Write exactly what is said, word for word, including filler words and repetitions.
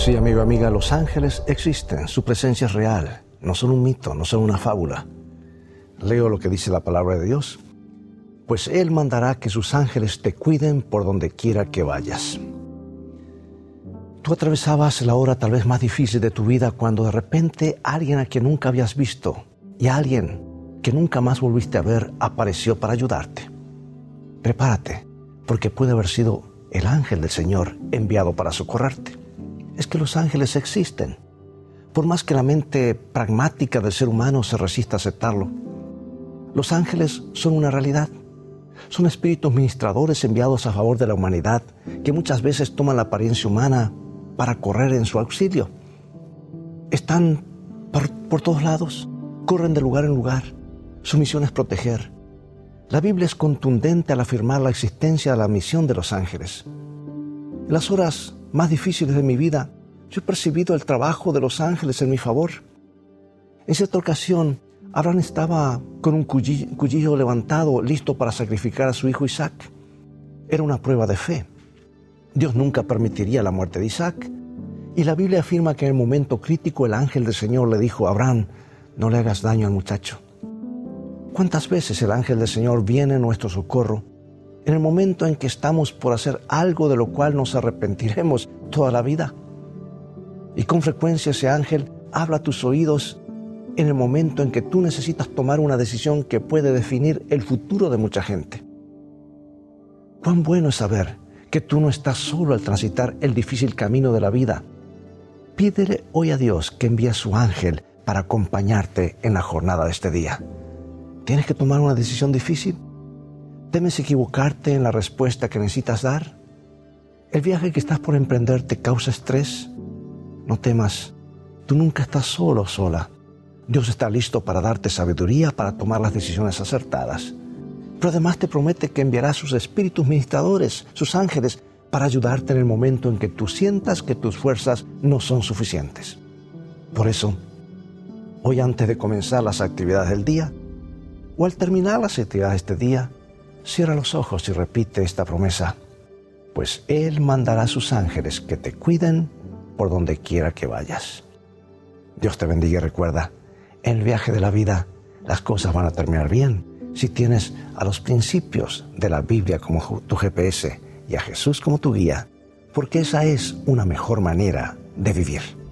Sí, amigo, amiga, los ángeles existen, su presencia es real, no son un mito, no son una fábula. Leo lo que dice la palabra de Dios. Pues Él mandará que sus ángeles te cuiden por donde quiera que vayas. Tú atravesabas la hora tal vez más difícil de tu vida cuando de repente alguien a quien nunca habías visto y alguien que nunca más volviste a ver apareció para ayudarte. Prepárate, porque puede haber sido el ángel del Señor enviado para socorrerte. Es que los ángeles existen. Por más que la mente pragmática del ser humano se resista a aceptarlo, los ángeles son una realidad. Son espíritus ministradores enviados a favor de la humanidad que muchas veces toman la apariencia humana para correr en su auxilio. Están por, por todos lados, corren de lugar en lugar. Su misión es proteger. La Biblia es contundente al afirmar la existencia de la misión de los ángeles. En las horas más difíciles de mi vida, yo he percibido el trabajo de los ángeles en mi favor. En cierta ocasión, Abraham estaba con un cuchillo, cuchillo levantado, listo para sacrificar a su hijo Isaac. Era una prueba de fe. Dios nunca permitiría la muerte de Isaac. Y la Biblia afirma que en el momento crítico el ángel del Señor le dijo a Abraham, no le hagas daño al muchacho. ¿Cuántas veces el ángel del Señor viene en nuestro socorro en el momento en que estamos por hacer algo de lo cual nos arrepentiremos toda la vida? Y con frecuencia ese ángel habla a tus oídos en el momento en que tú necesitas tomar una decisión que puede definir el futuro de mucha gente. Cuán bueno es saber que tú no estás solo al transitar el difícil camino de la vida. Pídele hoy a Dios que envíe a su ángel para acompañarte en la jornada de este día. ¿Tienes que tomar una decisión difícil? ¿Temes equivocarte en la respuesta que necesitas dar? ¿El viaje que estás por emprender te causa estrés? No temas, tú nunca estás solo o sola. Dios está listo para darte sabiduría para tomar las decisiones acertadas. Pero además te promete que enviará sus espíritus ministradores, sus ángeles, para ayudarte en el momento en que tú sientas que tus fuerzas no son suficientes. Por eso, hoy antes de comenzar las actividades del día, o al terminar las actividades de este día, cierra los ojos y repite esta promesa. Pues Él mandará a sus ángeles que te cuiden por donde quiera que vayas. Dios te bendiga y recuerda, en el viaje de la vida, las cosas van a terminar bien si tienes a los principios de la Biblia como tu G P S y a Jesús como tu guía, porque esa es una mejor manera de vivir.